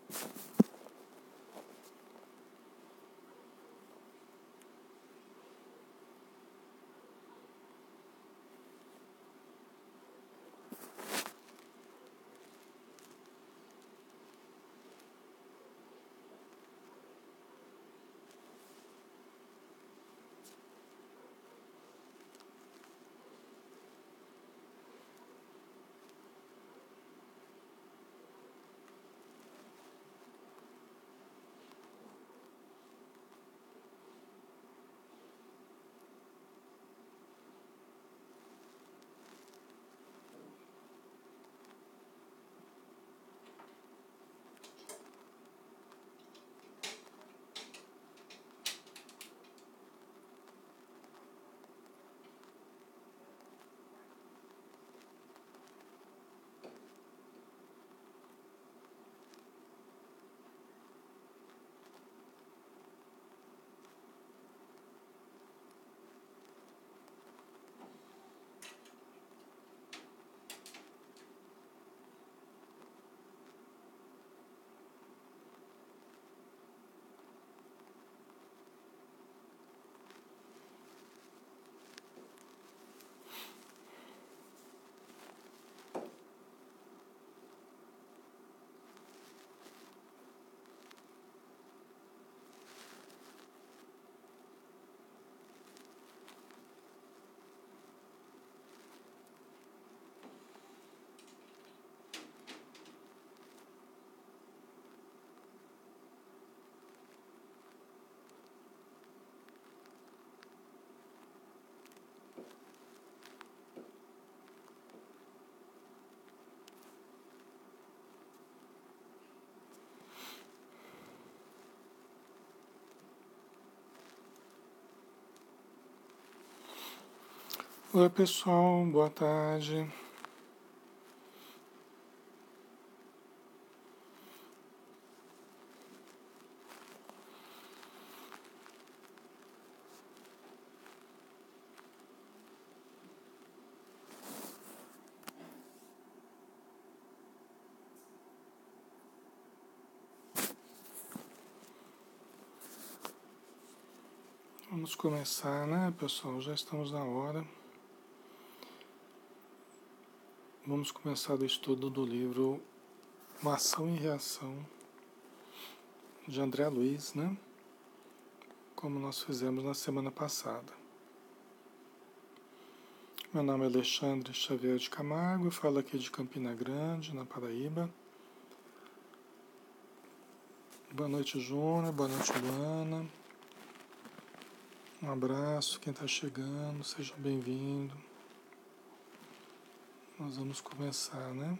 Oi pessoal, boa tarde. Vamos começar, né pessoal? Já estamos na hora. Vamos começar o estudo do livro Uma Ação e Reação, de André Luiz, né? Como nós fizemos na semana passada. Meu nome é Alexandre Xavier de Camargo, eu falo aqui de Campina Grande, na Paraíba. Boa noite, Júnior, boa noite, Luana. Um abraço, quem está chegando, seja bem-vindo. Nós vamos começar, né?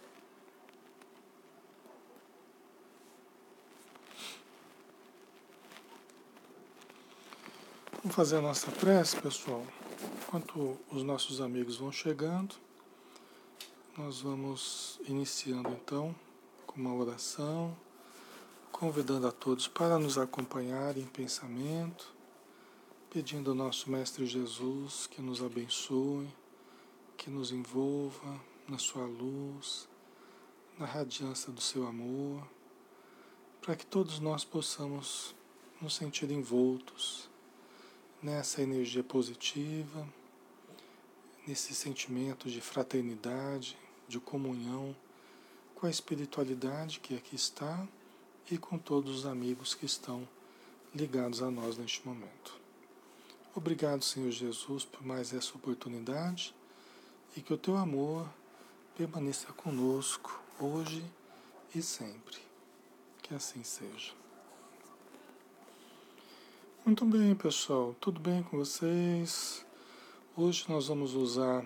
Vamos fazer a nossa prece, pessoal. Enquanto os nossos amigos vão chegando, nós vamos iniciando então com uma oração, convidando a todos para nos acompanharem em pensamento, pedindo ao nosso Mestre Jesus que nos abençoe, que nos envolva na sua luz, na radiância do seu amor, para que todos nós possamos nos sentir envoltos nessa energia positiva, nesse sentimento de fraternidade, de comunhão com a espiritualidade que aqui está e com todos os amigos que estão ligados a nós neste momento. Obrigado, Senhor Jesus, por mais essa oportunidade e que o teu amor permaneça conosco hoje e sempre. Que assim seja. Muito bem, pessoal. Tudo bem com vocês? Hoje nós vamos usar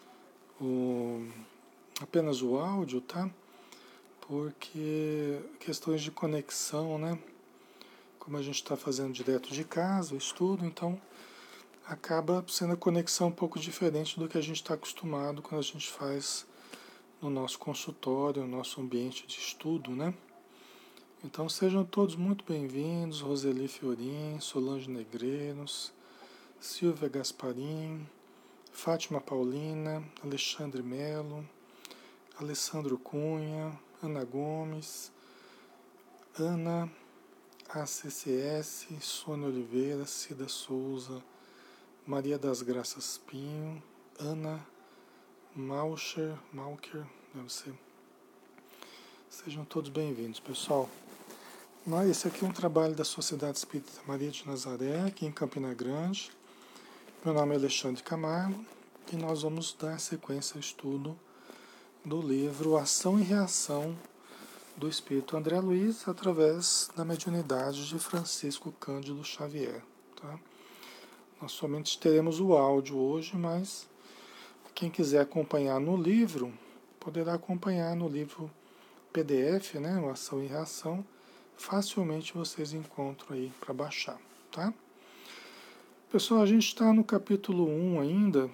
apenas o áudio, tá? Porque questões de conexão, né? Como a gente está fazendo direto de casa, o estudo, então acaba sendo a conexão um pouco diferente do que a gente está acostumado quando a gente faz no nosso consultório, no nosso ambiente de estudo, né? Então sejam todos muito bem-vindos, Roseli Fiorin, Solange Negreiros, Silvia Gasparim, Fátima Paulina, Alexandre Melo, Alessandro Cunha, Ana Gomes, Ana, ACCS, Sônia Oliveira, Cida Souza, Maria das Graças Pinho, Ana Malcher, deve ser. Sejam todos bem-vindos, pessoal. Esse aqui é um trabalho da Sociedade Espírita Maria de Nazaré, aqui em Campina Grande. Meu nome é Alexandre Camargo e nós vamos dar sequência ao estudo do livro Ação e Reação do Espírito André Luiz através da mediunidade de Francisco Cândido Xavier. Tá? Nós somente teremos o áudio hoje, mas quem quiser acompanhar no livro, poderá acompanhar no livro PDF, né, o Ação e Reação, facilmente vocês encontram aí para baixar, tá? Pessoal, a gente está no capítulo 1 ainda,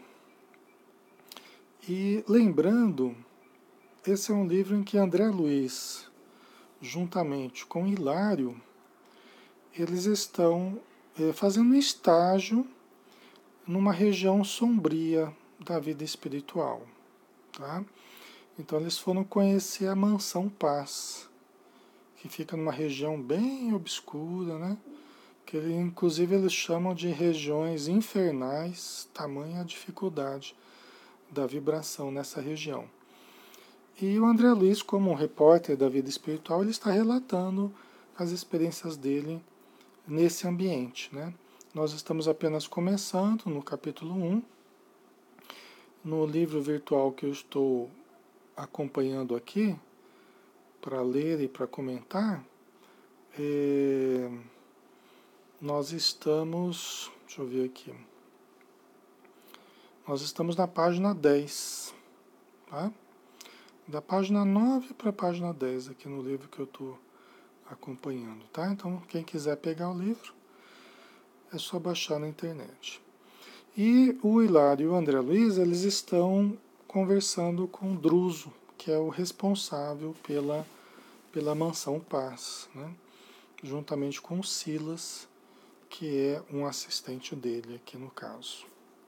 e lembrando, esse é um livro em que André Luiz, juntamente com Hilário, eles estão fazendo um estágio numa região sombria da vida espiritual, tá? Então eles foram conhecer a Mansão Paz, que fica numa região bem obscura, né? Que inclusive eles chamam de regiões infernais, tamanha a dificuldade da vibração nessa região. E o André Luiz, como um repórter da vida espiritual, ele está relatando as experiências dele nesse ambiente, né? Nós estamos apenas começando no capítulo 1. No livro virtual que eu estou acompanhando aqui, para ler e para comentar, nós estamos, deixa eu ver aqui, nós estamos na página 10, tá? Da página 9 para a página 10 aqui no livro que eu estou acompanhando, tá? Então, quem quiser pegar o livro, é só baixar na internet. E o Hilário e o André Luiz, eles estão conversando com o Druso, que é o responsável pela Mansão Paz, né? Juntamente com o Silas, que é um assistente dele aqui no caso.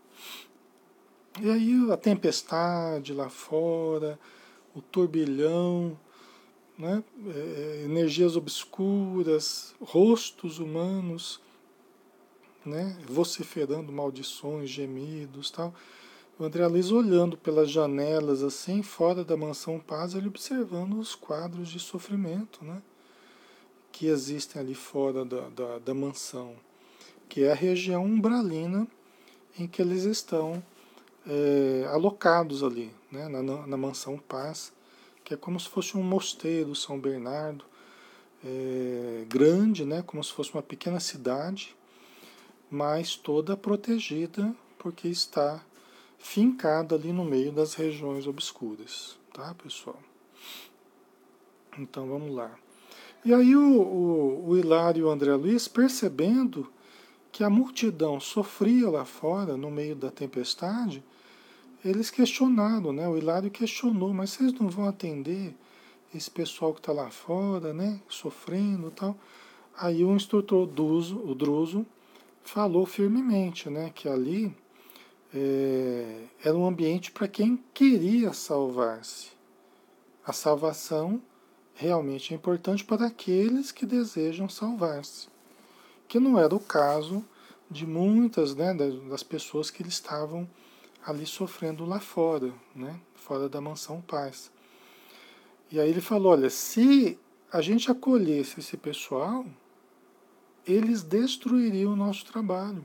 E aí a tempestade lá fora, o turbilhão, né? Energias obscuras, rostos humanos, né? Vociferando maldições, gemidos, tal. O André Luiz olhando pelas janelas assim, fora da Mansão Paz, ele observando os quadros de sofrimento, né? Que existem ali fora da mansão, que é a região umbralina em que eles estão alocados ali, né? Na Mansão Paz, que é como se fosse um mosteiro São Bernardo, grande, né? Como se fosse uma pequena cidade, mas toda protegida, porque está fincada ali no meio das regiões obscuras, tá, pessoal? Então vamos lá. E aí o Hilário e o André Luiz, percebendo que a multidão sofria lá fora, no meio da tempestade, eles questionaram, né? O Hilário questionou, mas vocês não vão atender esse pessoal que está lá fora, né? Sofrendo e tal. Aí o instrutor o Druso, falou firmemente, né? Que ali era um ambiente para quem queria salvar-se. A salvação realmente é importante para aqueles que desejam salvar-se, que não era o caso de muitas, né, das pessoas que eles estavam ali sofrendo lá fora, né, fora da Mansão Paz. E aí ele falou, olha, se a gente acolhesse esse pessoal, eles destruiriam o nosso trabalho.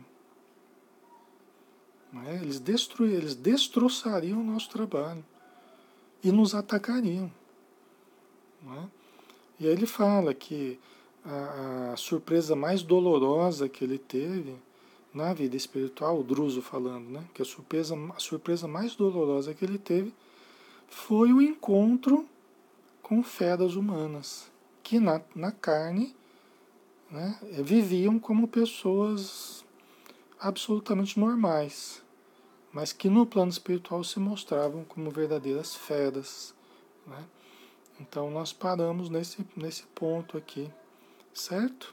Né? Eles destroçariam o nosso trabalho e nos atacariam. Né? E aí ele fala que a surpresa mais dolorosa que ele teve na vida espiritual, o Druso falando, né, que a surpresa mais dolorosa que ele teve foi o encontro com feras humanas, que na carne, né, viviam como pessoas absolutamente normais, mas que no plano espiritual se mostravam como verdadeiras feras. Né? Então nós paramos nesse ponto aqui, certo?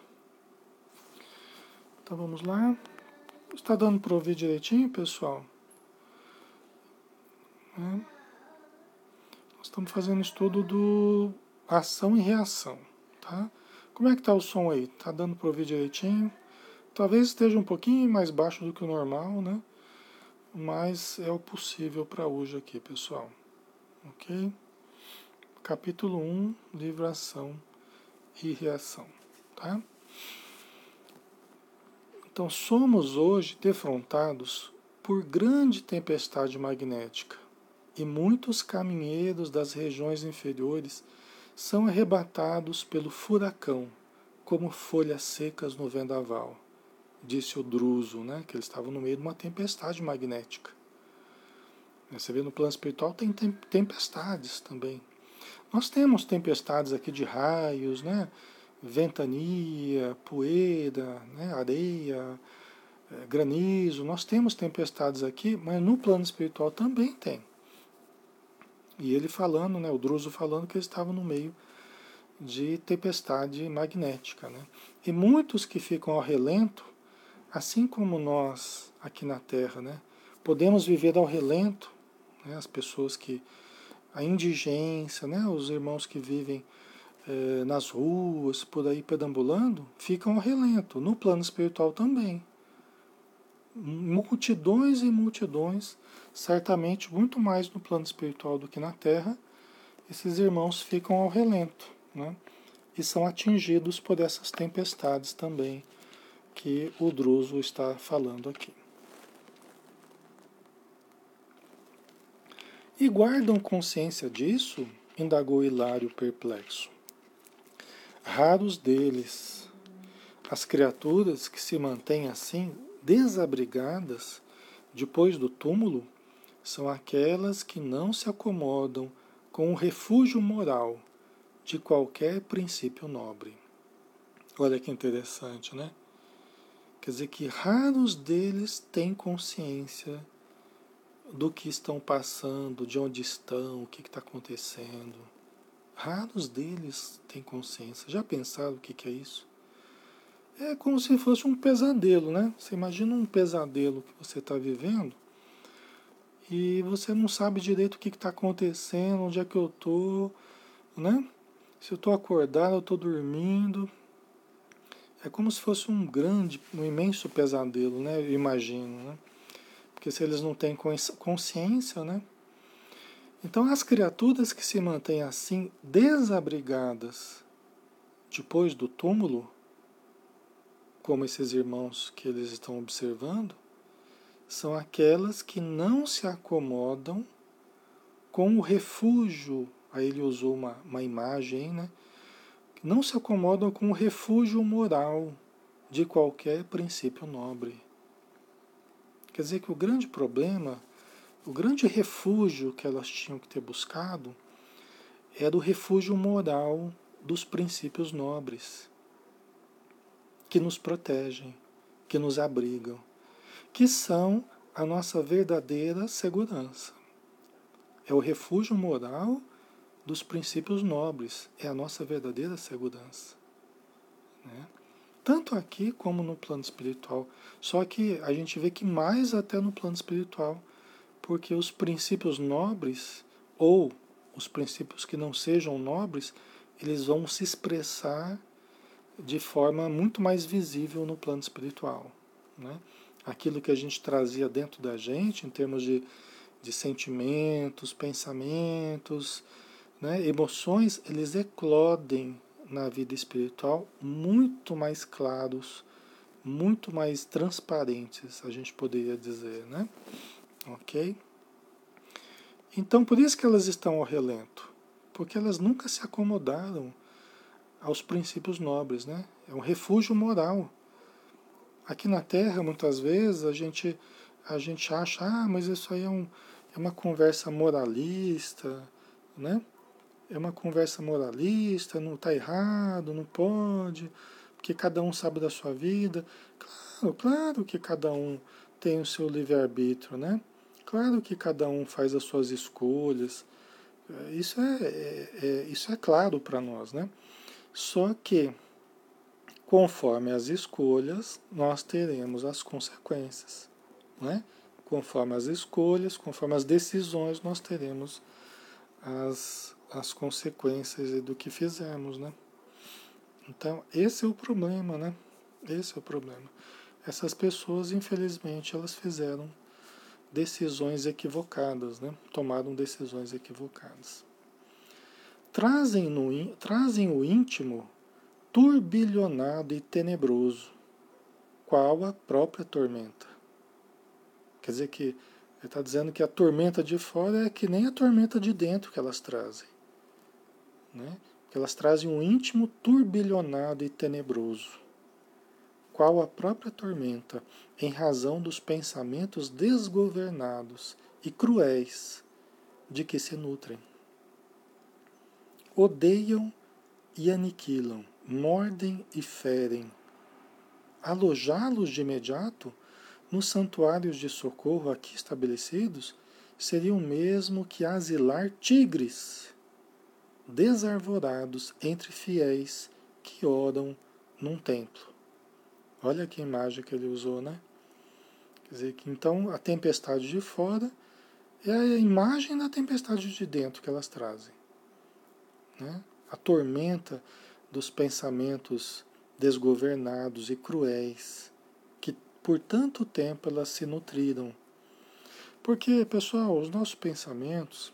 Então vamos lá. Está dando para ouvir direitinho, pessoal? Nós estamos fazendo estudo do ação e reação, tá? Como é que está o som aí? Tá dando para ouvir direitinho? Talvez esteja um pouquinho mais baixo do que o normal, né? Mas é o possível para hoje aqui, pessoal. Ok? Capítulo 1, livro Ação e Reação. Tá? Então, somos hoje defrontados por grande tempestade magnética e muitos caminheiros das regiões inferiores são arrebatados pelo furacão, como folhas secas no vendaval, disse o Druso, né, que eles estavam no meio de uma tempestade magnética. Você vê no plano espiritual tem tempestades também. Nós temos tempestades aqui de raios, né, ventania, poeira, né, areia, granizo. Nós temos tempestades aqui, mas no plano espiritual também tem. E ele falando, né, o Druso falando que eles estavam no meio de tempestade magnética, né? E muitos que ficam ao relento, assim como nós aqui na Terra, né, podemos viver ao relento, né, as pessoas que a indigência, né, os irmãos que vivem nas ruas, por aí perambulando, ficam ao relento. No plano espiritual também. Multidões e multidões, certamente muito mais no plano espiritual do que na Terra, esses irmãos ficam ao relento, né? E são atingidos por essas tempestades também que o Druso está falando aqui. E guardam consciência disso? Indagou Hilário perplexo. Raros deles, as criaturas que se mantêm assim, desabrigadas, depois do túmulo, são aquelas que não se acomodam com o refúgio moral de qualquer princípio nobre. Olha que interessante, né? Quer dizer que raros deles têm consciência do que estão passando, de onde estão, o que está acontecendo. Raros deles têm consciência. Já pensaram o que é isso? É como se fosse um pesadelo, né? Você imagina um pesadelo que você está vivendo e você não sabe direito o que está acontecendo, onde é que eu estou, né? Se eu estou acordado, eu estou dormindo. É como se fosse um imenso pesadelo, né? Eu imagino, né? Porque se eles não têm consciência, né? Então as criaturas que se mantêm assim, desabrigadas, depois do túmulo, como esses irmãos que eles estão observando, são aquelas que não se acomodam com o refúgio, aí ele usou uma imagem, né? Não se acomodam com o refúgio moral de qualquer princípio nobre. Quer dizer que o grande problema, o grande refúgio que elas tinham que ter buscado era o refúgio moral dos princípios nobres, que nos protegem, que nos abrigam, que são a nossa verdadeira segurança. É o refúgio moral dos princípios nobres, é a nossa verdadeira segurança, né? Tanto aqui como no plano espiritual. Só que a gente vê que mais até no plano espiritual, porque os princípios nobres, ou os princípios que não sejam nobres, eles vão se expressar de forma muito mais visível no plano espiritual, né? Aquilo que a gente trazia dentro da gente, em termos de sentimentos, pensamentos, né, emoções, eles eclodem na vida espiritual muito mais claros, muito mais transparentes, a gente poderia dizer, né? Ok? Então, por isso que elas estão ao relento, porque elas nunca se acomodaram aos princípios nobres, né? É um refúgio moral. Aqui na Terra, muitas vezes, a gente acha, mas isso aí é uma conversa moralista, né? É uma conversa moralista, não está errado, não pode, porque cada um sabe da sua vida. Claro, claro que cada um tem o seu livre-arbítrio, né? Claro que cada um faz as suas escolhas. Isso é claro para nós, né? Só que, conforme as escolhas, nós teremos as consequências, né? Conforme as escolhas, conforme as decisões, nós teremos as consequências do que fizemos, né? Então, esse é o problema, né? Esse é o problema. Essas pessoas, infelizmente, elas fizeram decisões equivocadas, né? Tomaram decisões equivocadas. Trazem o íntimo turbilhonado e tenebroso, qual a própria tormenta. Quer dizer que ele está dizendo que a tormenta de fora é que nem a tormenta de dentro que elas trazem, né? Que elas trazem um íntimo turbilhonado e tenebroso, qual a própria tormenta, em razão dos pensamentos desgovernados e cruéis de que se nutrem. Odeiam e aniquilam, mordem e ferem. Alojá-los de imediato nos santuários de socorro aqui estabelecidos seria o mesmo que asilar tigres desarvorados entre fiéis que oram num templo. Olha que imagem que ele usou, né? Quer dizer que então a tempestade de fora é a imagem da tempestade de dentro que elas trazem, né? A tormenta dos pensamentos desgovernados e cruéis que por tanto tempo elas se nutriram. Porque, pessoal, os nossos pensamentos,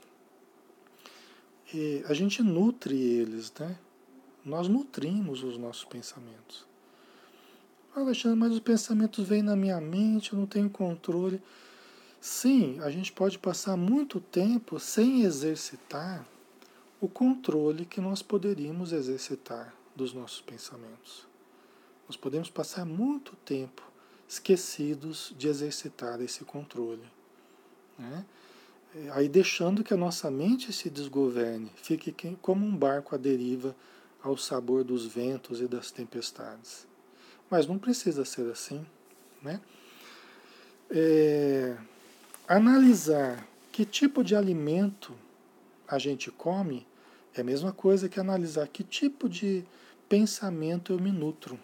a gente nutre eles, né? Nós nutrimos os nossos pensamentos. Alexandre, mas os pensamentos vêm na minha mente, eu não tenho controle. Sim, a gente pode passar muito tempo sem exercitar o controle que nós poderíamos exercitar dos nossos pensamentos. Nós podemos passar muito tempo esquecidos de exercitar esse controle, né? Aí deixando que a nossa mente se desgoverne, fique como um barco à deriva ao sabor dos ventos e das tempestades. Mas não precisa ser assim, né? Analisar que tipo de alimento a gente come é a mesma coisa que analisar que tipo de pensamento eu me nutro.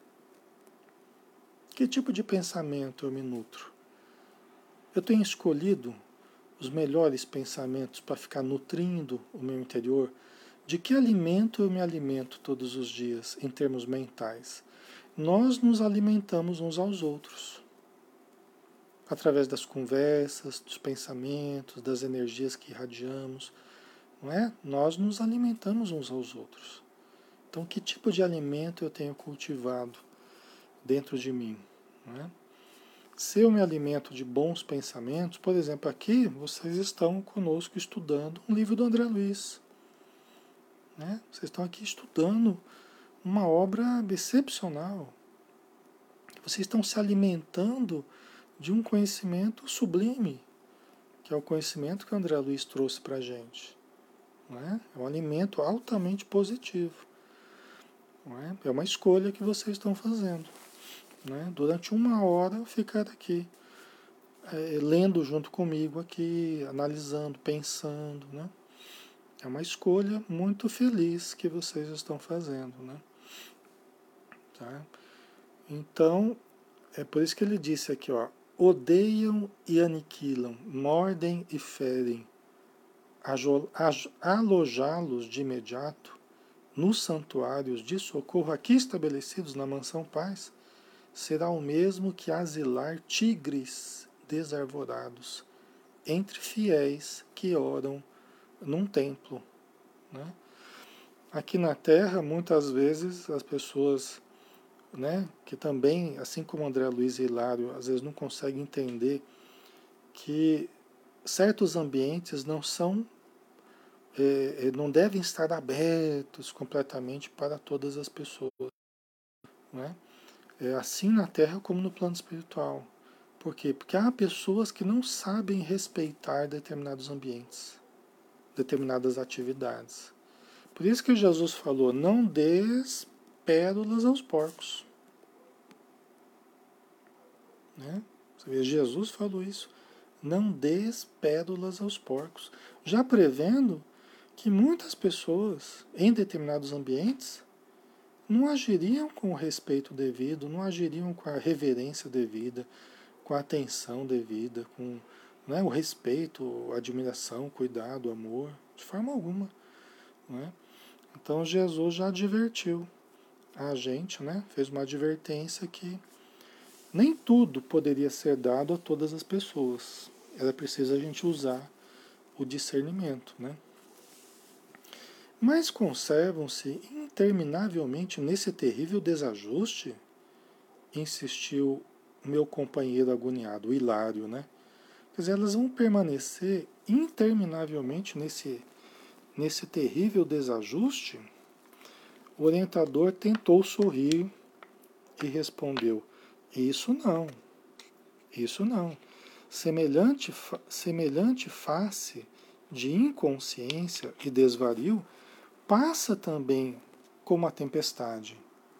Que tipo de pensamento eu me nutro? Eu tenho escolhido os melhores pensamentos para ficar nutrindo o meu interior? De que alimento eu me alimento todos os dias, em termos mentais? Nós nos alimentamos uns aos outros, através das conversas, dos pensamentos, das energias que irradiamos, não é? Nós nos alimentamos uns aos outros. Então, que tipo de alimento eu tenho cultivado dentro de mim, não é? Se eu me alimento de bons pensamentos, por exemplo, aqui vocês estão conosco estudando um livro do André Luiz, né? Vocês estão aqui estudando uma obra excepcional. Vocês estão se alimentando de um conhecimento sublime, que é o conhecimento que o André Luiz trouxe para a gente. Não é? É um alimento altamente positivo. Não é? É uma escolha que vocês estão fazendo. Né? Durante uma hora ficar aqui, lendo junto comigo aqui, analisando, pensando. Né? É uma escolha muito feliz que vocês estão fazendo. Né? Tá? Então, é por isso que ele disse aqui, ó, odeiam e aniquilam, mordem e ferem, alojá-los de imediato nos santuários de socorro aqui estabelecidos na Mansão Paz, será o mesmo que asilar tigres desarvorados entre fiéis que oram num templo. Né? Aqui na Terra, muitas vezes, as pessoas, né, que também, assim como André Luiz e Hilário, às vezes não conseguem entender que certos ambientes não são, não devem estar abertos completamente para todas as pessoas. Né? Assim na Terra como no plano espiritual. Por quê? Porque há pessoas que não sabem respeitar determinados ambientes, determinadas atividades. Por isso que Jesus falou, não des pérolas aos porcos. Né? Você vê, Jesus falou isso. Não des pérolas aos porcos. Já prevendo que muitas pessoas, em determinados ambientes, não agiriam com o respeito devido, não agiriam com a reverência devida, com a atenção devida, com, né, o respeito, a admiração, o cuidado, o amor, de forma alguma. Né? Então Jesus já advertiu. a gente, né? Fez uma advertência que nem tudo poderia ser dado a todas as pessoas. Era preciso a gente usar o discernimento, né? Mas conservam-se interminavelmente nesse terrível desajuste, insistiu meu companheiro agoniado, o Hilário, né? Quer dizer, elas vão permanecer interminavelmente nesse terrível desajuste? O orientador tentou sorrir e respondeu: isso não, isso não. Semelhante face de inconsciência e desvario passa também como a tempestade.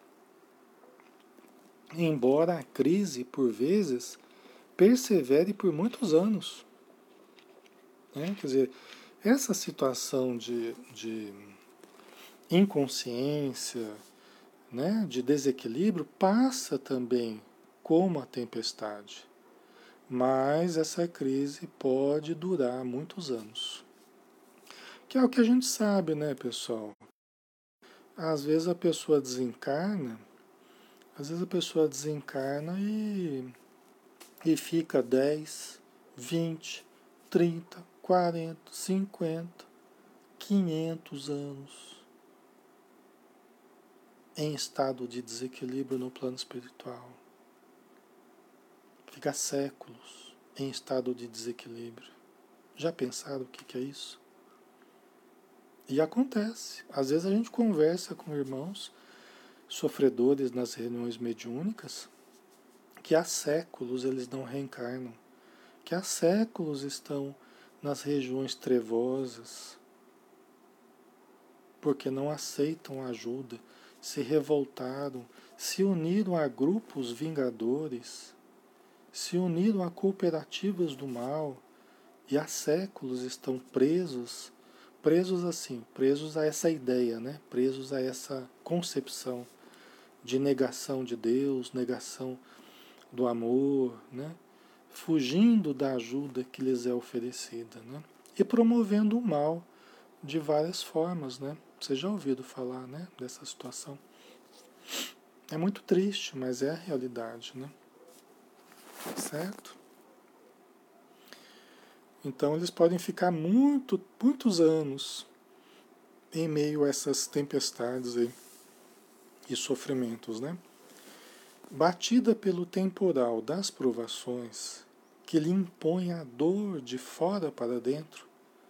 Embora a crise, por vezes, persevere por muitos anos. Né? Quer dizer, essa situação de inconsciência, né, de desequilíbrio, passa também como a tempestade. Mas essa crise pode durar muitos anos. Que é o que a gente sabe, né, pessoal? Às vezes a pessoa desencarna, e fica 10, 20, 30, 40, 50, 500 anos em estado de desequilíbrio no plano espiritual. Fica séculos em estado de desequilíbrio. Já pensaram o que é isso? E acontece. Às vezes a gente conversa com irmãos sofredores nas reuniões mediúnicas que há séculos eles não reencarnam, que há séculos estão nas regiões trevosas, porque não aceitam ajuda, se revoltaram, se uniram a grupos vingadores, se uniram a cooperativas do mal, e há séculos estão presos a essa ideia, né? Presos a essa concepção de negação de Deus, negação do amor, né? Fugindo da ajuda que lhes é oferecida, né? E promovendo o mal de várias formas, né? Você já ouviu falar, né, dessa situação? É muito triste, mas é a realidade, né? Certo? Então eles podem ficar muitos anos em meio a essas tempestades aí, e sofrimentos, né? Batida pelo temporal das provações, que lhe impõe a dor de fora para dentro,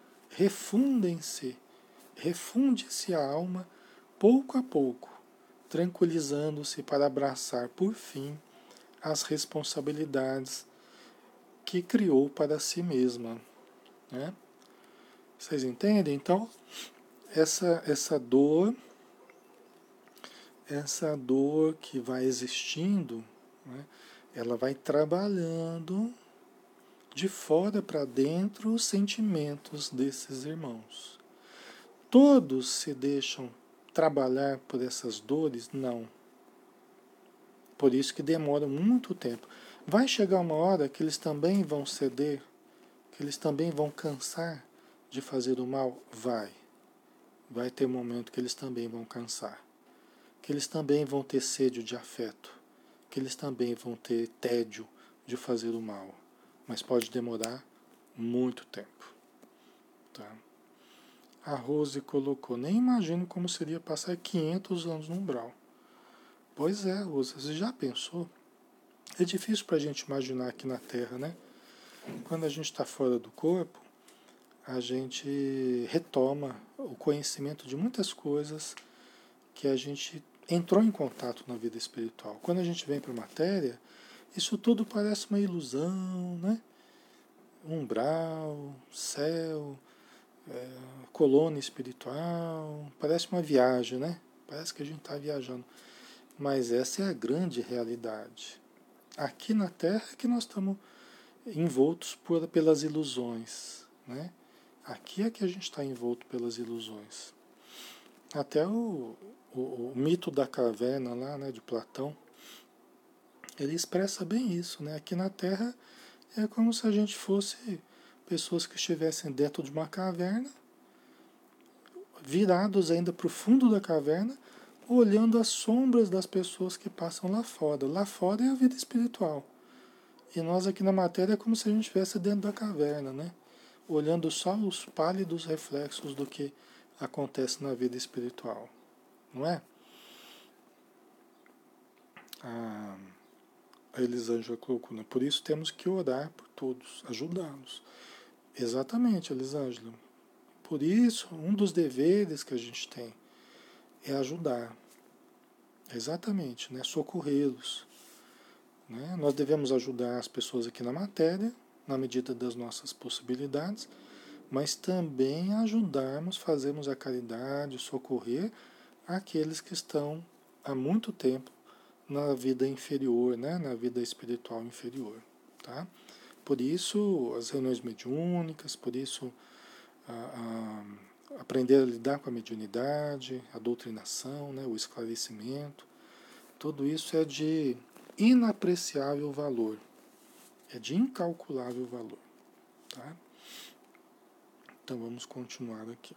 refunde-se a alma pouco a pouco, tranquilizando-se para abraçar por fim as responsabilidades que criou para si mesma, né? Vocês entendem? Então, essa dor que vai existindo, né, ela vai trabalhando de fora para dentro os sentimentos desses irmãos. Todos se deixam trabalhar por essas dores? Não. Por isso que demora muito tempo. Vai chegar uma hora que eles também vão ceder, que eles também vão cansar de fazer o mal? Vai. Vai ter um momento que eles também vão cansar. Que eles também vão ter sede de afeto. Que eles também vão ter tédio de fazer o mal. Mas pode demorar muito tempo. Tá? A Rose colocou, nem imagino como seria passar 500 anos no umbral. Pois é, Rose, você já pensou? É difícil para a gente imaginar aqui na Terra, né? Quando a gente está fora do corpo, a gente retoma o conhecimento de muitas coisas que a gente entrou em contato na vida espiritual. Quando a gente vem para a matéria, isso tudo parece uma ilusão, né? Umbral, céu, colônia espiritual, parece uma viagem, né? Parece que a gente está viajando. Mas essa é a grande realidade. Aqui na Terra é que nós estamos envoltos pelas ilusões, né? Aqui é que a gente está envolto pelas ilusões. Até o mito da caverna lá, né, de Platão, ele expressa bem isso, né? Aqui na Terra é como se a gente fosse pessoas que estivessem dentro de uma caverna, virados ainda para o fundo da caverna, olhando as sombras das pessoas que passam lá fora. Lá fora é a vida espiritual. E nós aqui na matéria é como se a gente estivesse dentro da caverna, né? Olhando só os pálidos reflexos do que acontece na vida espiritual. Não é? A Elisângela colocou, né? Por isso temos que orar por todos, ajudá-los. Exatamente, Elisângela. Por isso, um dos deveres que a gente tem é ajudar. Exatamente, né? Socorrê-los. Né? Nós devemos ajudar as pessoas aqui na matéria, na medida das nossas possibilidades, mas também ajudarmos, fazermos a caridade, socorrer aqueles que estão há muito tempo na vida inferior, né? Na vida espiritual inferior. Tá? Por isso, as reuniões mediúnicas, por isso, aprender a lidar com a mediunidade, a doutrinação, né? O esclarecimento, tudo isso é de inapreciável valor, é de incalculável valor. Tá? Então vamos continuar aqui.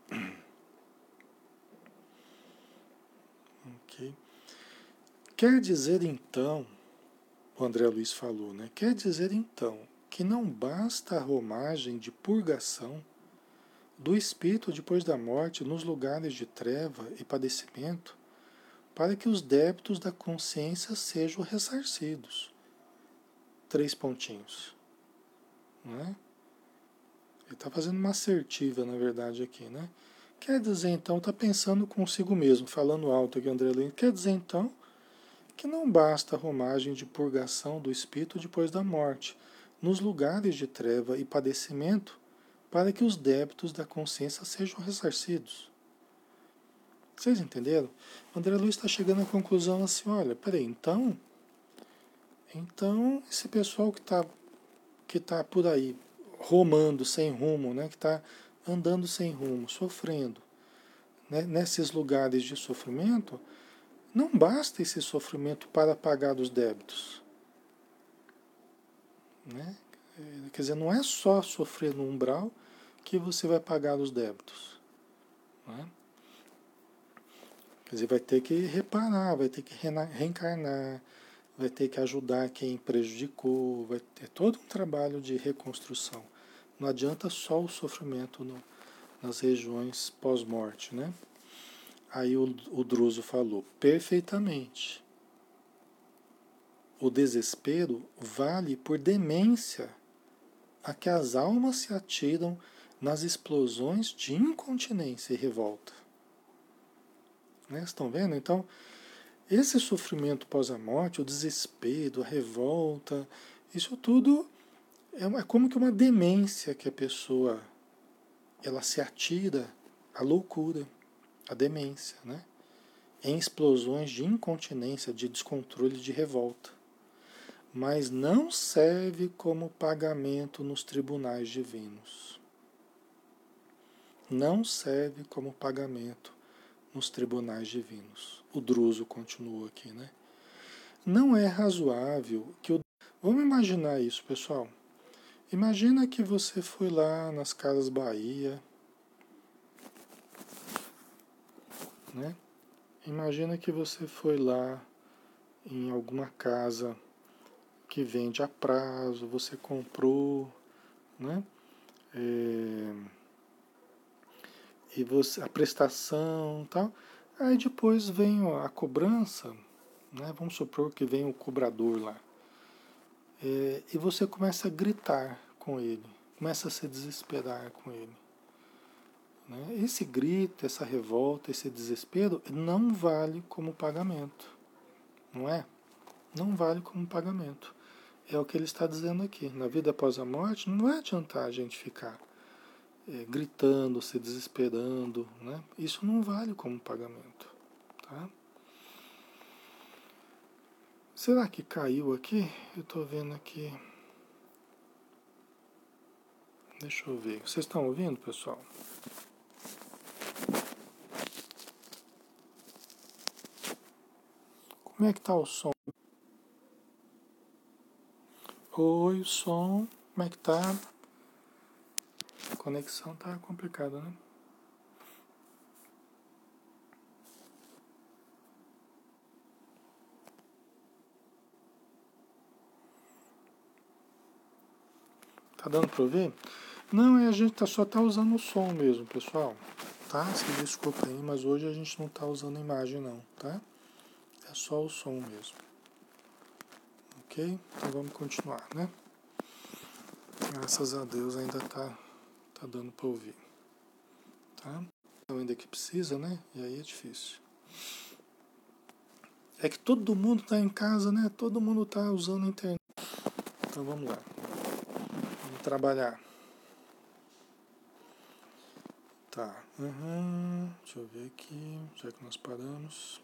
Ok. Quer dizer então, o André Luiz falou, né? Quer dizer então que não basta a romagem de purgação do espírito depois da morte nos lugares de treva e padecimento para que os débitos da consciência sejam ressarcidos. 3 pontinhos. Não é? Ele está fazendo uma assertiva, na verdade, aqui, né? Quer dizer, então, está pensando consigo mesmo, falando alto aqui, André Luiz. Quer dizer, então, que não basta a romagem de purgação do espírito depois da morte, nos lugares de treva e padecimento, para que os débitos da consciência sejam ressarcidos. Vocês entenderam? O André Luiz está chegando à conclusão assim, olha, peraí, então esse pessoal que tá por aí, romando sem rumo, né, que está andando sem rumo, sofrendo, né, nesses lugares de sofrimento, não basta esse sofrimento para pagar os débitos. Né? Quer dizer, não é só sofrer no umbral que você vai pagar os débitos. Né? Quer dizer, vai ter que reparar, vai ter que reencarnar, vai ter que ajudar quem prejudicou, vai ter todo um trabalho de reconstrução. Não adianta só o sofrimento nas regiões pós-morte, né? Aí o Druso falou, perfeitamente. O desespero vale por demência a que as almas se atiram nas explosões de incontinência e revolta. Né? Estão vendo? Então, esse sofrimento pós a morte, o desespero, a revolta, isso tudo é como que uma demência que a pessoa ela se atira à loucura, à demência, né? Em explosões de incontinência, de descontrole, de revolta. Mas não serve como pagamento nos tribunais divinos. Não serve como pagamento nos tribunais divinos. O Druso continuou aqui, né? Não é razoável que o... Vamos imaginar isso, pessoal. Imagina que você foi lá nas Casas Bahia, né? Imagina que você foi lá em alguma casa que vende a prazo, você comprou, né? E você, a prestação e tal. Aí depois vem a cobrança, né? Vamos supor que vem o cobrador lá. E você começa a gritar com ele, começa a se desesperar com ele. Né? Esse grito, essa revolta, esse desespero não vale como pagamento, não é? Não vale como pagamento. É o que ele está dizendo aqui. Na vida após a morte, não vai adiantar a gente ficar gritando, se desesperando, né? Isso não vale como pagamento. Tá? Será que caiu aqui? Eu estou vendo aqui. Deixa eu ver. Vocês estão ouvindo, pessoal? Como é que está o som? Oi, o som. Como é que tá? A conexão tá complicada, né? Tá dando para ouvir? Não, a gente só tá usando o som mesmo, pessoal. Tá? Se desculpa aí, mas hoje a gente não tá usando imagem não, tá? É só o som mesmo. Ok? Então vamos continuar, né? Graças a Deus ainda tá dando para ouvir. Tá? Então ainda que precisa, né? E aí é difícil. É que todo mundo tá em casa, né? Todo mundo tá usando a internet. Então vamos lá. Vamos trabalhar. Tá. Deixa eu ver aqui. Já que nós paramos.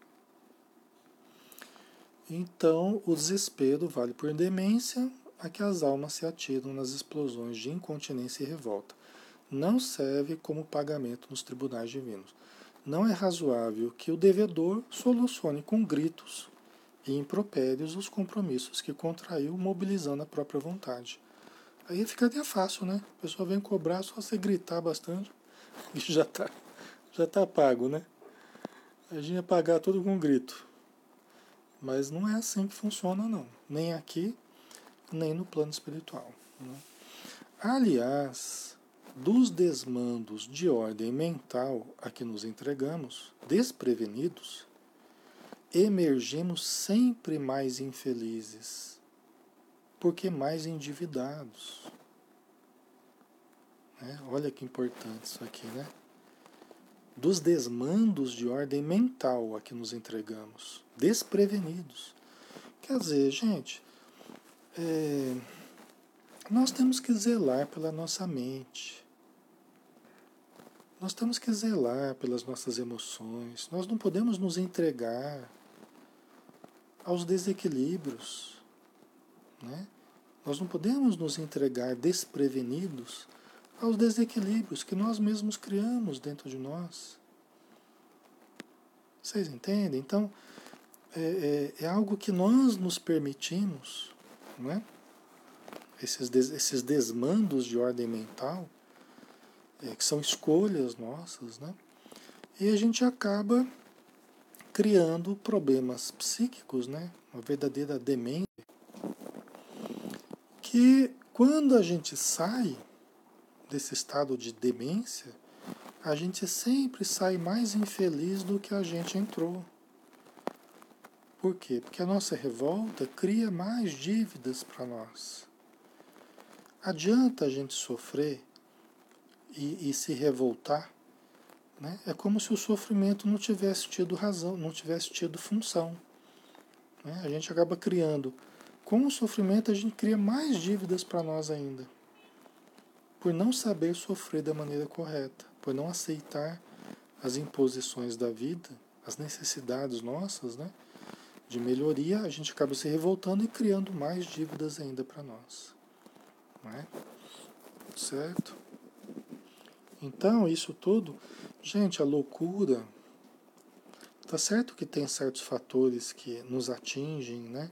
Então, o desespero vale por demência a que as almas se atiram nas explosões de incontinência e revolta. Não serve como pagamento nos tribunais divinos. Não é razoável que o devedor solucione com gritos e impropérios os compromissos que contraiu mobilizando a própria vontade. Aí ficaria fácil, né? A pessoa vem cobrar, só você gritar bastante e já tá pago, né? A gente ia pagar tudo com grito. Mas não é assim que funciona, não. Nem aqui, nem no plano espiritual. Né? Aliás, dos desmandos de ordem mental a que nos entregamos, desprevenidos, emergimos sempre mais infelizes, porque mais endividados. Né? Olha que importante isso aqui, né? Dos desmandos de ordem mental a que nos entregamos, desprevenidos. Quer dizer, gente, nós temos que zelar pela nossa mente. Nós temos que zelar pelas nossas emoções. Nós não podemos nos entregar aos desequilíbrios, né? Nós não podemos nos entregar desprevenidos aos desequilíbrios que nós mesmos criamos dentro de nós. Vocês entendem? Então, é algo que nós nos permitimos, não é? Esses desmandos de ordem mental, que são escolhas nossas, né? E a gente acaba criando problemas psíquicos, né? Uma verdadeira demência, que quando a gente sai desse estado de demência, a gente sempre sai mais infeliz do que a gente entrou. Por quê? Porque a nossa revolta cria mais dívidas para nós. Adianta a gente sofrer e se revoltar, né? É como se o sofrimento não tivesse tido razão, não tivesse tido função. Né? A gente acaba criando, com o sofrimento a gente cria mais dívidas para nós ainda, por não saber sofrer da maneira correta, por não aceitar as imposições da vida, as necessidades nossas, né, de melhoria, a gente acaba se revoltando e criando mais dívidas ainda para nós. Não é? Certo? Então, isso tudo, gente, a loucura, tá certo que tem certos fatores que nos atingem, né?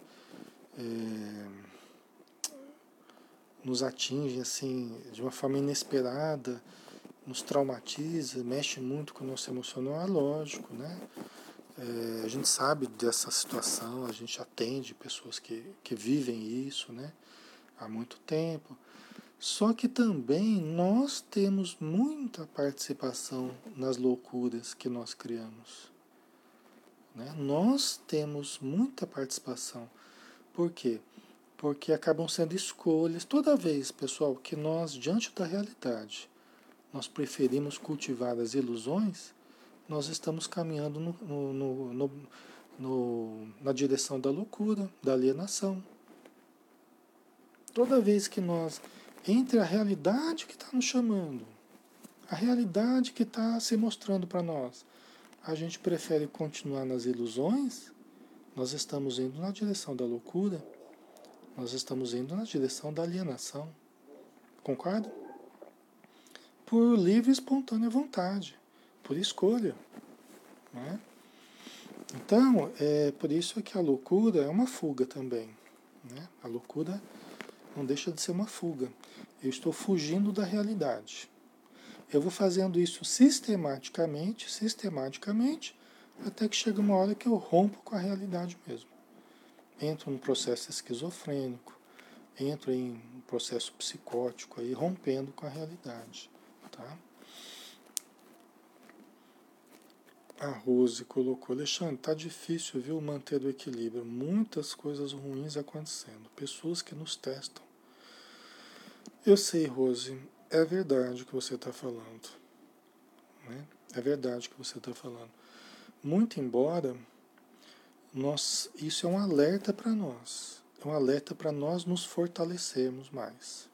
Nos atingem assim de uma forma inesperada, nos traumatiza, mexe muito com o nosso emocional, é lógico, né? A gente sabe dessa situação, a gente atende pessoas que vivem isso, né? Há muito tempo. Só que também nós temos muita participação nas loucuras que nós criamos. Né? Nós temos muita participação. Por quê? Porque acabam sendo escolhas. Toda vez, pessoal, que nós, diante da realidade, nós preferimos cultivar as ilusões, nós estamos caminhando na direção da loucura, da alienação. Toda vez que nós, entre a realidade que está nos chamando, a realidade que está se mostrando para nós, a gente prefere continuar nas ilusões, nós estamos indo na direção da loucura, nós estamos indo na direção da alienação. Concorda? Por livre e espontânea vontade, por escolha. Né? Então, é por isso que a loucura é uma fuga também. Né? A loucura não deixa de ser uma fuga. Eu estou fugindo da realidade. Eu vou fazendo isso sistematicamente, até que chega uma hora que eu rompo com a realidade mesmo. Entro num processo esquizofrênico, entram em um processo psicótico aí, rompendo com a realidade, tá? A Rose colocou: Alexandre, tá difícil, viu, manter o equilíbrio. Muitas coisas ruins acontecendo. Pessoas que nos testam. Eu sei, Rose, é verdade o que você está falando. Né? É verdade o que você está falando. Muito embora, isso é um alerta para nós. É um alerta para nós nos fortalecermos mais.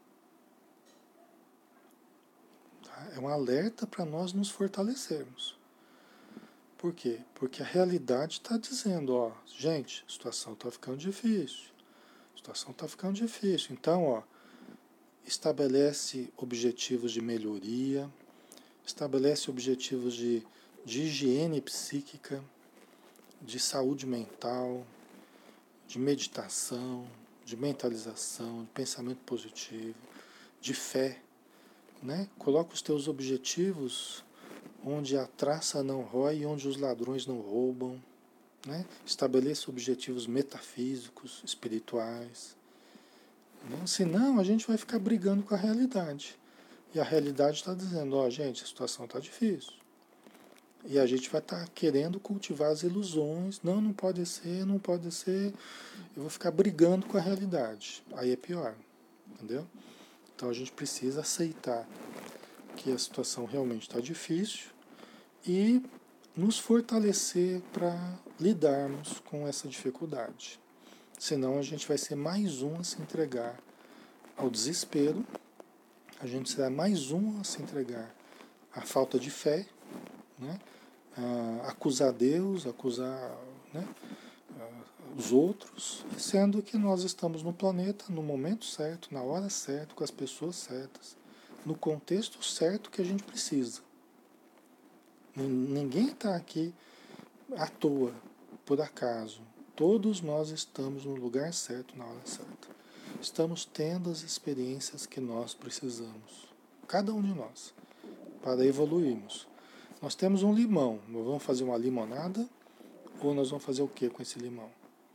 Tá? É um alerta para nós nos fortalecermos. Por quê? Porque a realidade está dizendo, ó, gente, a situação está ficando difícil. A situação está ficando difícil. Então, ó, estabelece objetivos de melhoria, estabelece objetivos de higiene psíquica, de saúde mental, de meditação, de mentalização, de pensamento positivo, de fé, né? Coloca os teus objetivos onde a traça não rói e onde os ladrões não roubam, né? Estabeleça objetivos metafísicos, espirituais. Né? Senão a gente vai ficar brigando com a realidade. E a realidade está dizendo, ó, gente, a situação está difícil. E a gente vai estar querendo cultivar as ilusões. Não, não pode ser, não pode ser. Eu vou ficar brigando com a realidade. Aí é pior, entendeu? Então a gente precisa aceitar que a situação realmente está difícil e nos fortalecer para lidarmos com essa dificuldade. Senão a gente vai ser mais um a se entregar ao desespero, a gente será mais um a se entregar à falta de fé, né? Acusar Deus, acusar, né, os outros, sendo que nós estamos no planeta no momento certo, na hora certa, com as pessoas certas, no contexto certo que a gente precisa. Ninguém está aqui à toa, por acaso. Todos nós estamos no lugar certo, na hora certa. Estamos tendo as experiências que nós precisamos, cada um de nós, para evoluirmos. Nós temos um limão, nós vamos fazer uma limonada ou nós vamos fazer o que com esse limão?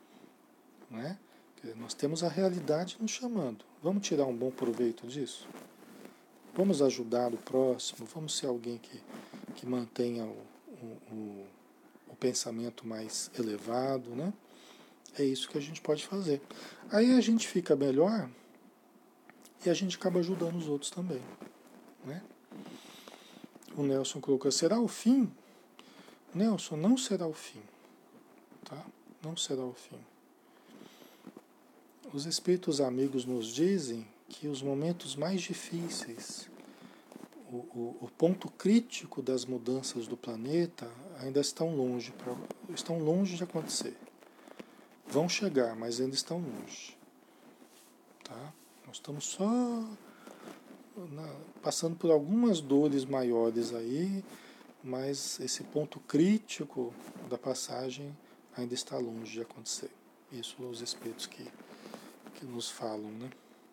Né? Nós temos a realidade nos chamando. Vamos tirar um bom proveito disso? Vamos ajudar o próximo? Vamos ser alguém que mantenha o pensamento mais elevado, né? É isso que a gente pode fazer. Aí a gente fica melhor e a gente acaba ajudando os outros também, né? O Nelson colocou, será o fim? Nelson, não será o fim, tá? Não será o fim. Os espíritos amigos nos dizem que os momentos mais difíceis, o ponto crítico das mudanças do planeta ainda estão longe de acontecer. Vão chegar, mas ainda estão longe. Tá? Nós estamos só passando por algumas dores maiores aí, mas esse ponto crítico da passagem ainda está longe de acontecer. Isso os espíritos que nos falam, né?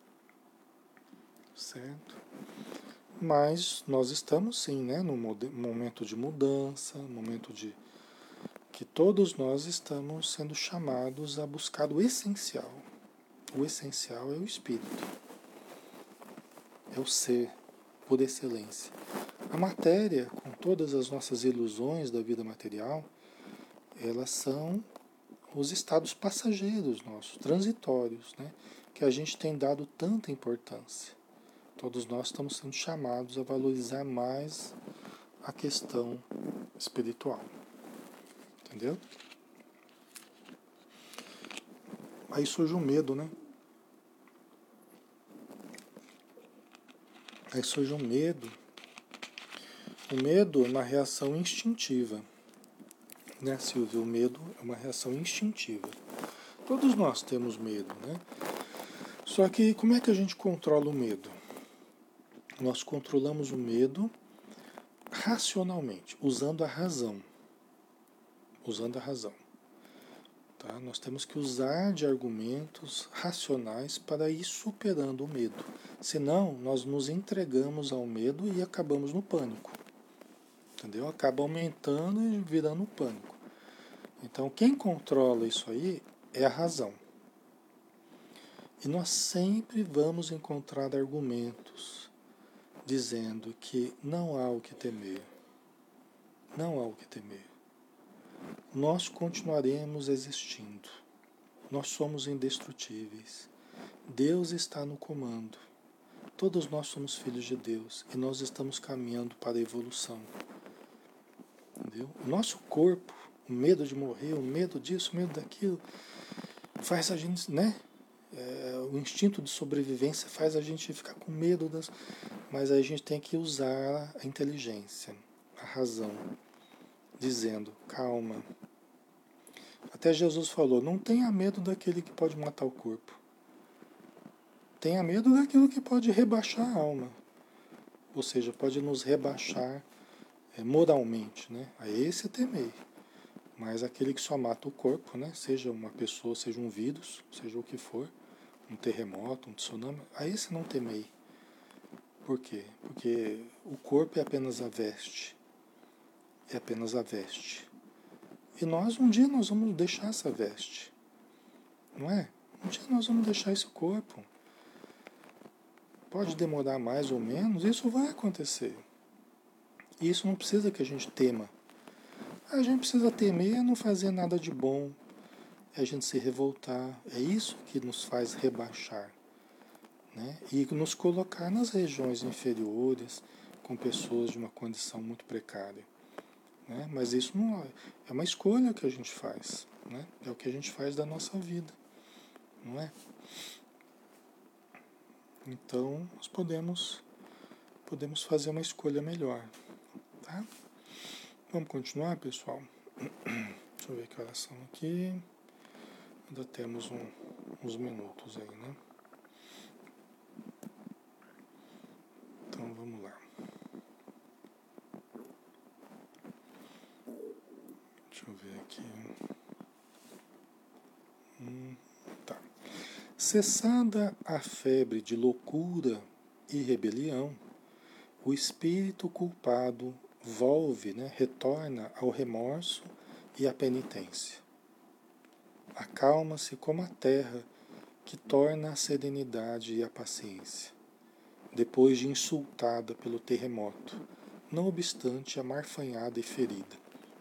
Certo? Mas nós estamos sim, né, num momento de mudança, momento de que todos nós estamos sendo chamados a buscar o essencial. O essencial é o espírito, é o ser por excelência. A matéria, com todas as nossas ilusões da vida material, elas são os estados passageiros nossos, transitórios, né, que a gente tem dado tanta importância. Todos nós estamos sendo chamados a valorizar mais a questão espiritual. Entendeu? Aí surge o medo, né? Aí surge o medo. O medo é uma reação instintiva. Né, Silvio? O medo é uma reação instintiva. Todos nós temos medo, né? Só que como é que a gente controla o medo? Nós controlamos o medo racionalmente, usando a razão. Usando a razão. Tá? Nós temos que usar de argumentos racionais para ir superando o medo. Senão, nós nos entregamos ao medo e acabamos no pânico. Entendeu? Acaba aumentando e virando um pânico. Então, quem controla isso aí é a razão. E nós sempre vamos encontrar argumentos dizendo que não há o que temer. Não há o que temer. Nós continuaremos existindo. Nós somos indestrutíveis. Deus está no comando. Todos nós somos filhos de Deus e nós estamos caminhando para a evolução. Entendeu? O nosso corpo, o medo de morrer, o medo disso, o medo daquilo, faz a gente, né? O instinto de sobrevivência faz a gente ficar com medo das... Mas aí a gente tem que usar a inteligência, a razão, dizendo, calma. Até Jesus falou, não tenha medo daquele que pode matar o corpo. Tenha medo daquilo que pode rebaixar a alma. Ou seja, pode nos rebaixar moralmente, né? A esse temei. Mas aquele que só mata o corpo, né? Seja uma pessoa, seja um vírus, seja o que for, um terremoto, um tsunami, a esse não temei. Por quê? Porque o corpo é apenas a veste. É apenas a veste. E nós, um dia, nós vamos deixar essa veste. Não é? Um dia nós vamos deixar esse corpo. Pode demorar mais ou menos, isso vai acontecer. E isso não precisa que a gente tema. A gente precisa temer não fazer nada de bom, é a gente se revoltar. É isso que nos faz rebaixar, né? E nos colocar nas regiões inferiores, com pessoas de uma condição muito precária. Né? Mas isso não é uma escolha que a gente faz, né? É o que a gente faz da nossa vida, não é? Então, nós podemos fazer uma escolha melhor, tá? Vamos continuar, pessoal? Deixa eu ver que horas são aqui. Ainda temos uns minutos aí, né? Então, vamos lá. Deixa eu ver aqui. Tá. Cessada a febre de loucura e rebelião, o espírito culpado volve, né, retorna ao remorso e à penitência. Acalma-se como a terra que torna a serenidade e a paciência, depois de insultada pelo terremoto, não obstante amarfanhada e ferida.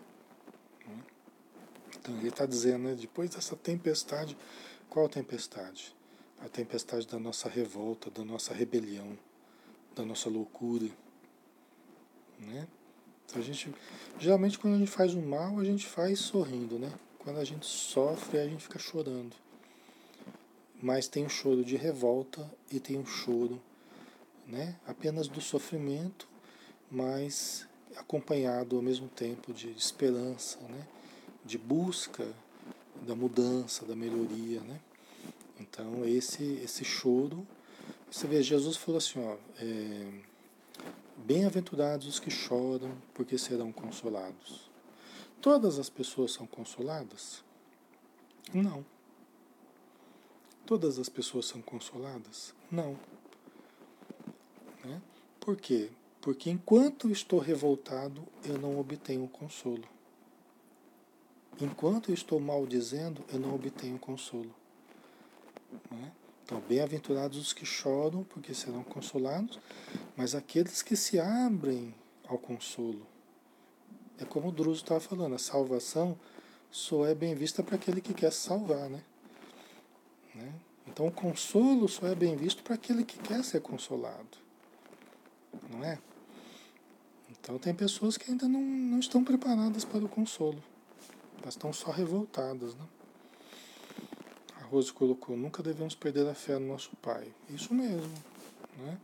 Então ele está dizendo, né, depois dessa tempestade, qual tempestade? A tempestade da nossa revolta, da nossa rebelião, da nossa loucura, né? Então geralmente quando a gente faz o mal, a gente faz sorrindo, né? Quando a gente sofre, a gente fica chorando. Mas tem um choro de revolta e tem um choro, né, apenas do sofrimento, mas acompanhado ao mesmo tempo de esperança, né, de busca da mudança, da melhoria, né? Então esse choro, você vê, Jesus falou assim, ó, bem-aventurados os que choram, porque serão consolados. Todas as pessoas são consoladas? Não. Todas as pessoas são consoladas? Não. Né? Por quê? Porque enquanto estou revoltado, eu não obtenho consolo. Enquanto eu estou maldizendo, eu não obtenho consolo. Né? Então, bem-aventurados os que choram, porque serão consolados, mas aqueles que se abrem ao consolo. É como o Druso estava falando, a salvação só é bem vista para aquele que quer se salvar, né? Então o consolo só é bem visto para aquele que quer ser consolado, não é? Então tem pessoas que ainda não estão preparadas para o consolo, elas estão só revoltadas, né? A Rose colocou, nunca devemos perder a fé no nosso Pai. Isso mesmo, né?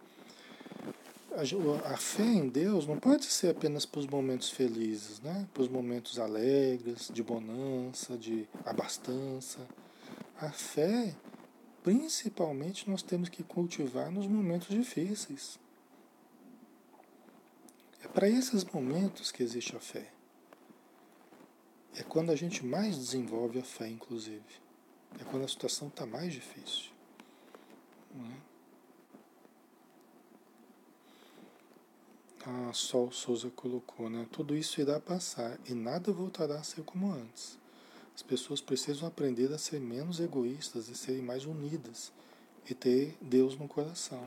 A fé em Deus não pode ser apenas para os momentos felizes, né? Para os momentos alegres, de bonança, de abastança. A fé, principalmente, nós temos que cultivar nos momentos difíceis. É para esses momentos que existe a fé. É quando a gente mais desenvolve a fé, inclusive. É quando a situação está mais difícil. Não é? A Sol Souza colocou, né? Tudo isso irá passar e nada voltará a ser como antes. As pessoas precisam aprender a ser menos egoístas e serem mais unidas e ter Deus no coração.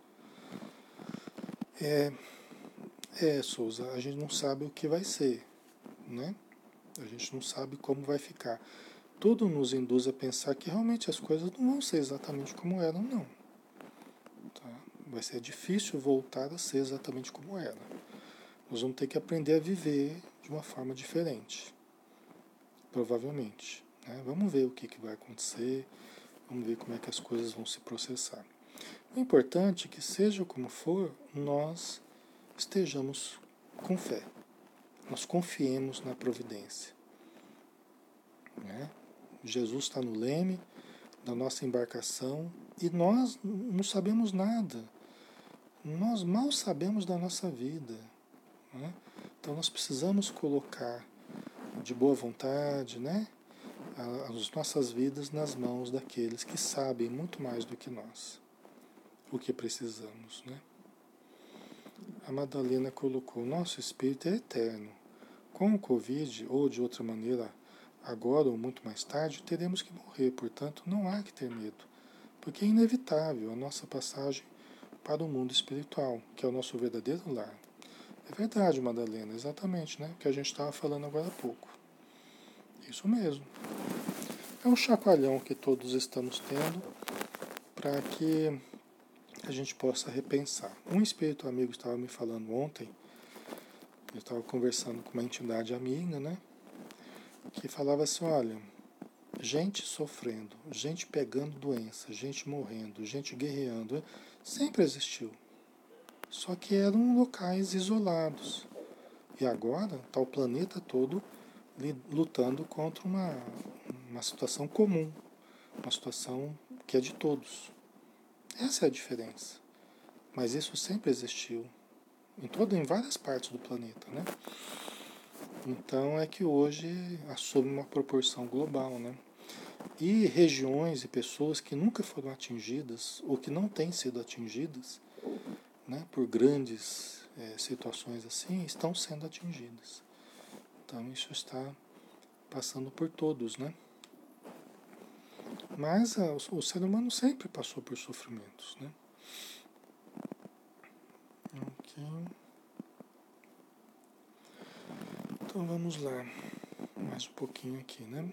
Souza, a gente não sabe o que vai ser, né? A gente não sabe como vai ficar. Tudo nos induz a pensar que realmente as coisas não vão ser exatamente como eram, não. Tá? Vai ser difícil voltar a ser exatamente como era. Nós vamos ter que aprender a viver de uma forma diferente, provavelmente. Né? Vamos ver o que vai acontecer, vamos ver como é que as coisas vão se processar. O importante é que, seja como for, nós estejamos com fé. Nós confiemos na providência. Né? Jesus está no leme da nossa embarcação e nós não sabemos nada. Nós mal sabemos da nossa vida. Né? Então nós precisamos colocar de boa vontade, né, as nossas vidas nas mãos daqueles que sabem muito mais do que nós o que precisamos. Né? A Madalena colocou: nosso espírito é eterno. Com o Covid, ou de outra maneira, agora ou muito mais tarde, teremos que morrer, portanto, não há que ter medo, porque é inevitável a nossa passagem para o mundo espiritual, que é o nosso verdadeiro lar. É verdade, Madalena, exatamente, né? O que a gente estava falando agora há pouco. Isso mesmo. É um chacoalhão que todos estamos tendo para que a gente possa repensar. Um espírito amigo estava me falando ontem, eu estava conversando com uma entidade amiga, né? Que falava assim: olha, gente sofrendo, gente pegando doença, gente morrendo, gente guerreando, sempre existiu. Só que eram locais isolados. E agora está o planeta todo lutando contra uma situação comum, uma situação que é de todos. Essa é a diferença. Mas isso sempre existiu, em várias partes do planeta, né? Então é que hoje assume uma proporção global, né? E regiões e pessoas que nunca foram atingidas ou que não têm sido atingidas, né, por grandes situações assim, estão sendo atingidas. Então isso está passando por todos, né? Mas o ser humano sempre passou por sofrimentos, né? Ok. Então vamos lá, mais um pouquinho aqui, né?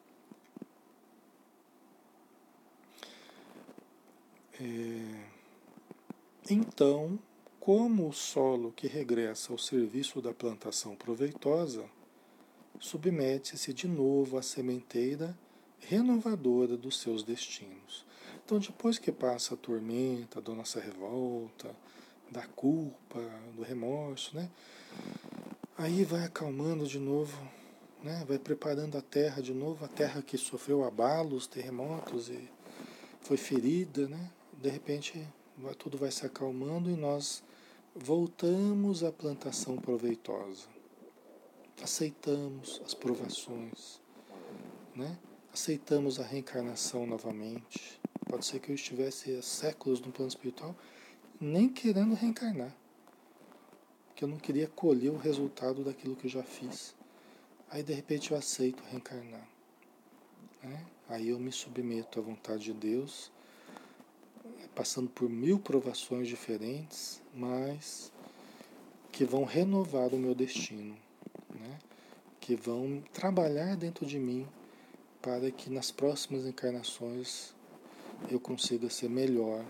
Então, como o solo que regressa ao serviço da plantação proveitosa, submete-se de novo à sementeira renovadora dos seus destinos. Então, depois que passa a tormenta da nossa revolta, da culpa, do remorso, né? Aí vai acalmando de novo, né? Vai preparando a terra de novo, a terra que sofreu abalos, terremotos e foi ferida, né? De repente tudo vai se acalmando e nós voltamos à plantação proveitosa. Aceitamos as provações, né? Aceitamos a reencarnação novamente. Pode ser que eu estivesse há séculos no plano espiritual nem querendo reencarnar, porque eu não queria colher o resultado daquilo que eu já fiz. Aí de repente eu aceito reencarnar, né? Aí eu me submeto à vontade de Deus, passando por 1000 provações diferentes, mas que vão renovar o meu destino, né? Que vão trabalhar dentro de mim para que nas próximas encarnações eu consiga ser melhor,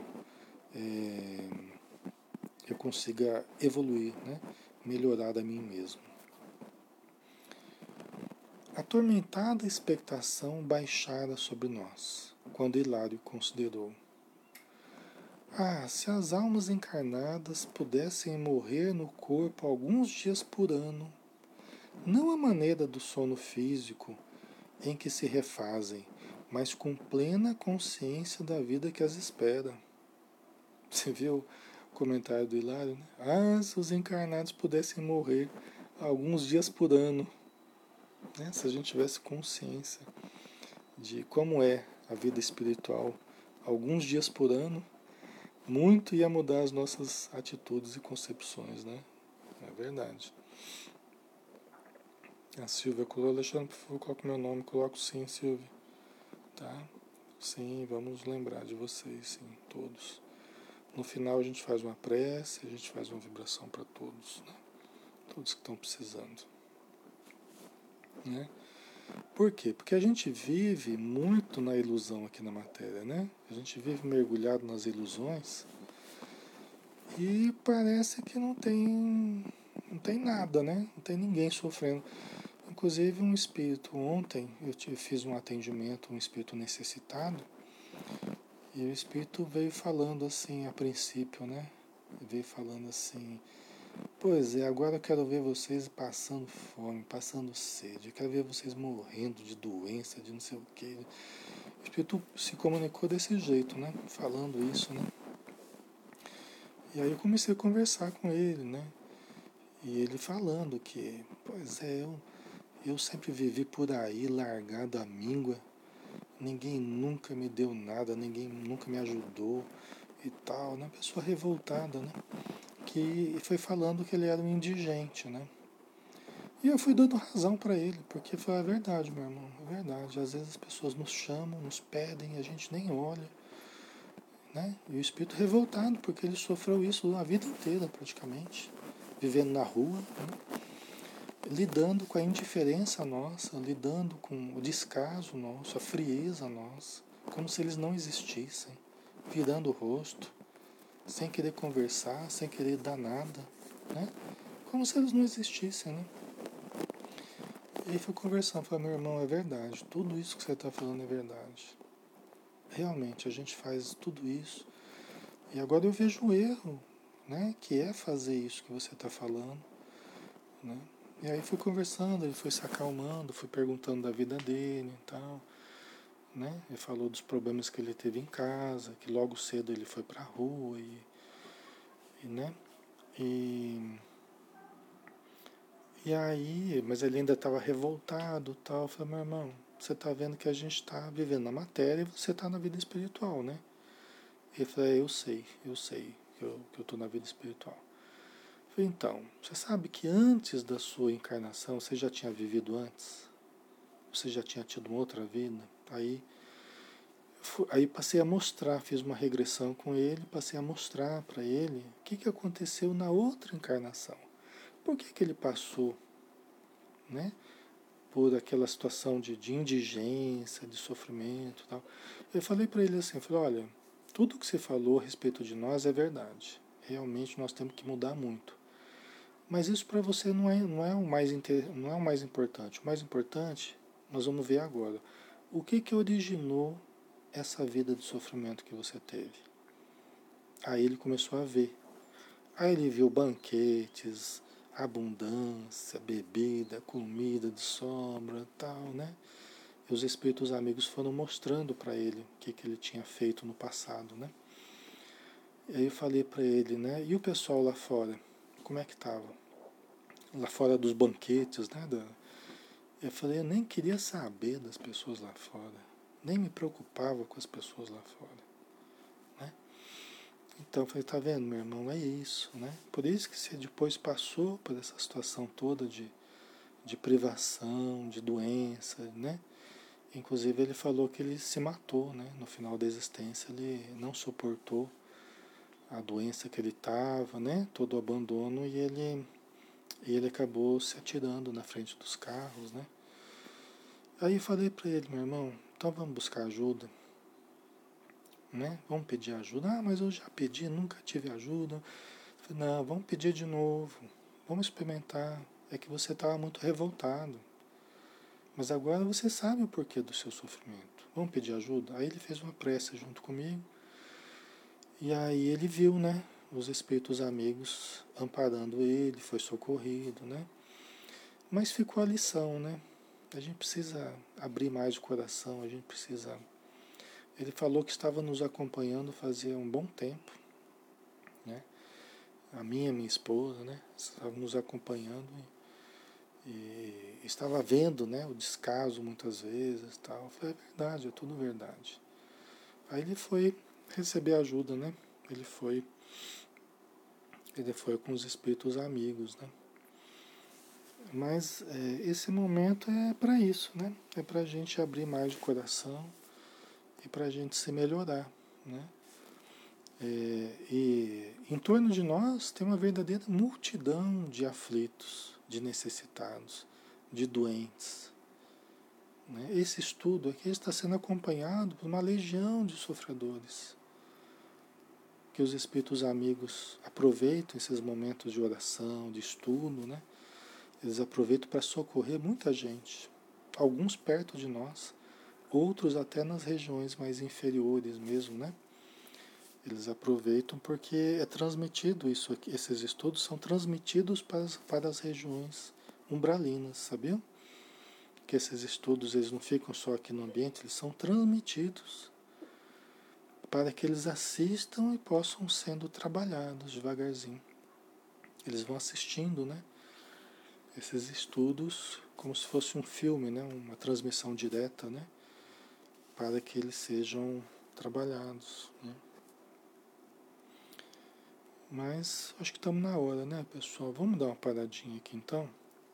eu consiga evoluir, né? Melhorar a mim mesmo. Atormentada expectação baixara sobre nós, quando Hilário considerou: se as almas encarnadas pudessem morrer no corpo alguns dias por ano, não à maneira do sono físico em que se refazem, mas com plena consciência da vida que as espera. Você viu o comentário do Hilário, né? Se os encarnados pudessem morrer alguns dias por ano, né? Se a gente tivesse consciência de como é a vida espiritual alguns dias por ano, muito ia mudar as nossas atitudes e concepções, né? É verdade. A Silvia colocou: Alexandre, por favor, coloque meu nome. Coloco sim, Silvia. Tá? Sim, vamos lembrar de vocês, sim, todos. No final a gente faz uma prece, a gente faz uma vibração para todos, né? Todos que estão precisando, né? Por quê? Porque a gente vive muito na ilusão aqui na matéria, né? A gente vive mergulhado nas ilusões e parece que não tem nada, né? Não tem ninguém sofrendo. Inclusive um espírito, ontem fiz um atendimento, um espírito necessitado, e o espírito veio falando assim, a princípio, né? Veio falando assim, pois é, agora eu quero ver vocês passando fome, passando sede, eu quero ver vocês morrendo de doença, de não sei o quê. O espírito se comunicou desse jeito, né? Falando isso, né? E aí eu comecei a conversar com ele, né? E ele falando que, pois é, eu sempre vivi por aí, largado à míngua, ninguém nunca me deu nada, ninguém nunca me ajudou e tal, né? Pessoa revoltada, né? Que foi falando que ele era um indigente, né? E eu fui dando razão para ele, porque foi a verdade, meu irmão, é verdade. Às vezes as pessoas nos chamam, nos pedem, a gente nem olha, né? E o espírito revoltado, porque ele sofreu isso a vida inteira praticamente, vivendo na rua, né? Lidando com a indiferença nossa, lidando com o descaso nosso, a frieza nossa, como se eles não existissem, virando o rosto, sem querer conversar, sem querer dar nada, né? Como se eles não existissem, né? E aí fui conversando, falei, meu irmão, é verdade, tudo isso que você está falando é verdade. Realmente, a gente faz tudo isso. E agora eu vejo o erro, né? Que é fazer isso que você está falando, né? E aí fui conversando, ele foi se acalmando, fui perguntando da vida dele e tal, né? Ele falou dos problemas que ele teve em casa, que logo cedo ele foi para a rua né? E, e aí, mas ele ainda estava revoltado e tal. Eu falei, meu irmão, você está vendo que a gente está vivendo na matéria e você está na vida espiritual, né? Ele falou, eu sei que eu estou na vida espiritual. Eu falei, então, você sabe que antes da sua encarnação, você já tinha vivido antes? Você já tinha tido uma outra vida? Aí passei a mostrar, fiz uma regressão com ele, passei a mostrar para ele o que aconteceu na outra encarnação. Por que ele passou, né, por aquela situação de indigência, de sofrimento e tal. Eu falei para ele assim, eu falei, olha, tudo que você falou a respeito de nós é verdade. Realmente nós temos que mudar muito. Mas isso para você não é o mais importante. O mais importante, nós vamos ver agora. O que originou essa vida de sofrimento que você teve? Aí ele começou a ver. Aí ele viu banquetes, abundância, bebida, comida de sobra, tal, né? E os espíritos amigos foram mostrando para ele o que ele tinha feito no passado, né? E aí eu falei para ele, né? E o pessoal lá fora, como é que estava? Lá fora dos banquetes, né? Eu falei, eu nem queria saber das pessoas lá fora, nem me preocupava com as pessoas lá fora, né? Então eu falei, tá vendo, meu irmão, é isso, né? Por isso que você depois passou por essa situação toda de privação, de doença, né? Inclusive ele falou que ele se matou, né? No final da existência ele não suportou a doença que ele estava, né? Todo o abandono e ele acabou se atirando na frente dos carros, né? Aí eu falei para ele, meu irmão, então vamos buscar ajuda, né? Vamos pedir ajuda. Ah, mas eu já pedi, nunca tive ajuda. Eu falei, não, vamos pedir de novo, vamos experimentar. É que você estava muito revoltado, mas agora você sabe o porquê do seu sofrimento. Vamos pedir ajuda? Aí ele fez uma prece junto comigo. E aí ele viu, né, os espíritos amigos amparando ele, foi socorrido, né? Mas ficou a lição, né? A gente precisa abrir mais o coração, a gente precisa... Ele falou que estava nos acompanhando fazia um bom tempo, né? A minha esposa, né? Estava nos acompanhando e estava vendo, né, o descaso muitas vezes, tal. Eu falei, é verdade, é tudo verdade. Aí ele foi receber ajuda, né? Ele foi com os espíritos amigos, né? Mas esse momento é para isso, né? É para a gente abrir mais o coração, e para a gente se melhorar, né? E em torno de nós tem uma verdadeira multidão de aflitos, de necessitados, de doentes, né? Esse estudo aqui está sendo acompanhado por uma legião de sofredores, que os espíritos amigos aproveitam esses momentos de oração, de estudo, né? Eles aproveitam para socorrer muita gente, alguns perto de nós, outros até nas regiões mais inferiores mesmo, né? Eles aproveitam porque é transmitido isso aqui, esses estudos são transmitidos para as regiões umbralinas, sabiam? Que esses estudos eles não ficam só aqui no ambiente, eles são transmitidos para que eles assistam e possam sendo trabalhados devagarzinho. Eles vão assistindo, né? Esses estudos como se fosse um filme, né? Uma transmissão direta, né? Para que eles sejam trabalhados, né? Mas acho que estamos na hora, né, pessoal? Vamos dar uma paradinha aqui então.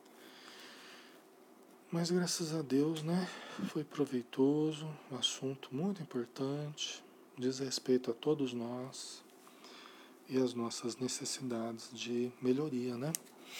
Mas graças a Deus, né? Foi proveitoso, um assunto muito importante, diz respeito a todos nós e as nossas necessidades de melhoria, né?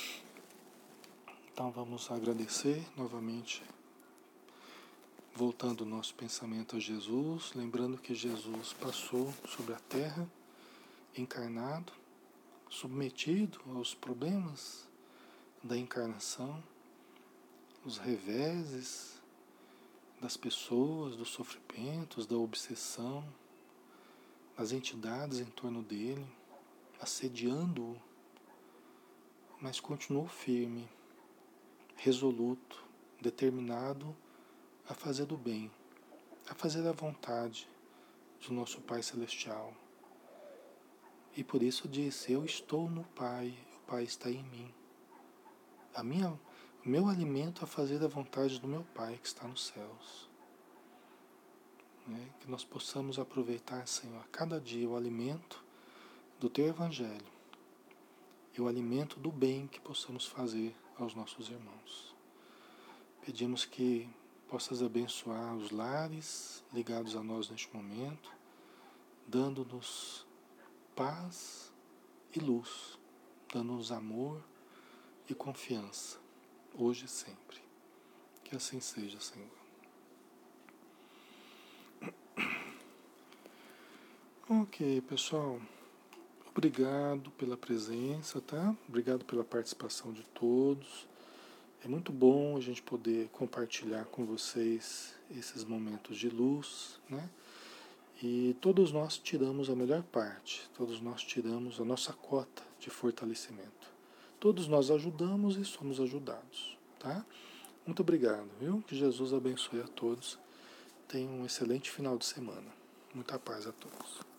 Então vamos agradecer novamente, voltando o nosso pensamento a Jesus, lembrando que Jesus passou sobre a terra, encarnado, submetido aos problemas da encarnação, os reveses das pessoas, dos sofrimentos, da obsessão, das entidades em torno dele, assediando-o, mas continuou firme, resoluto, determinado a fazer do bem, a fazer a vontade do nosso Pai Celestial. E por isso disse, eu estou no Pai, o Pai está em mim. O meu alimento é fazer a vontade do meu Pai que está nos céus. Né? Que nós possamos aproveitar, Senhor, a cada dia o alimento do Teu Evangelho e o alimento do bem que possamos fazer aos nossos irmãos. Pedimos que possas abençoar os lares ligados a nós neste momento, dando-nos paz e luz, dando-nos amor e confiança, hoje e sempre. Que assim seja, Senhor. Ok, pessoal. Obrigado pela presença, tá? Obrigado pela participação de todos. É muito bom a gente poder compartilhar com vocês esses momentos de luz, né? E todos nós tiramos a melhor parte, todos nós tiramos a nossa cota de fortalecimento. Todos nós ajudamos e somos ajudados, tá? Muito obrigado, viu? Que Jesus abençoe a todos. Tenham um excelente final de semana. Muita paz a todos.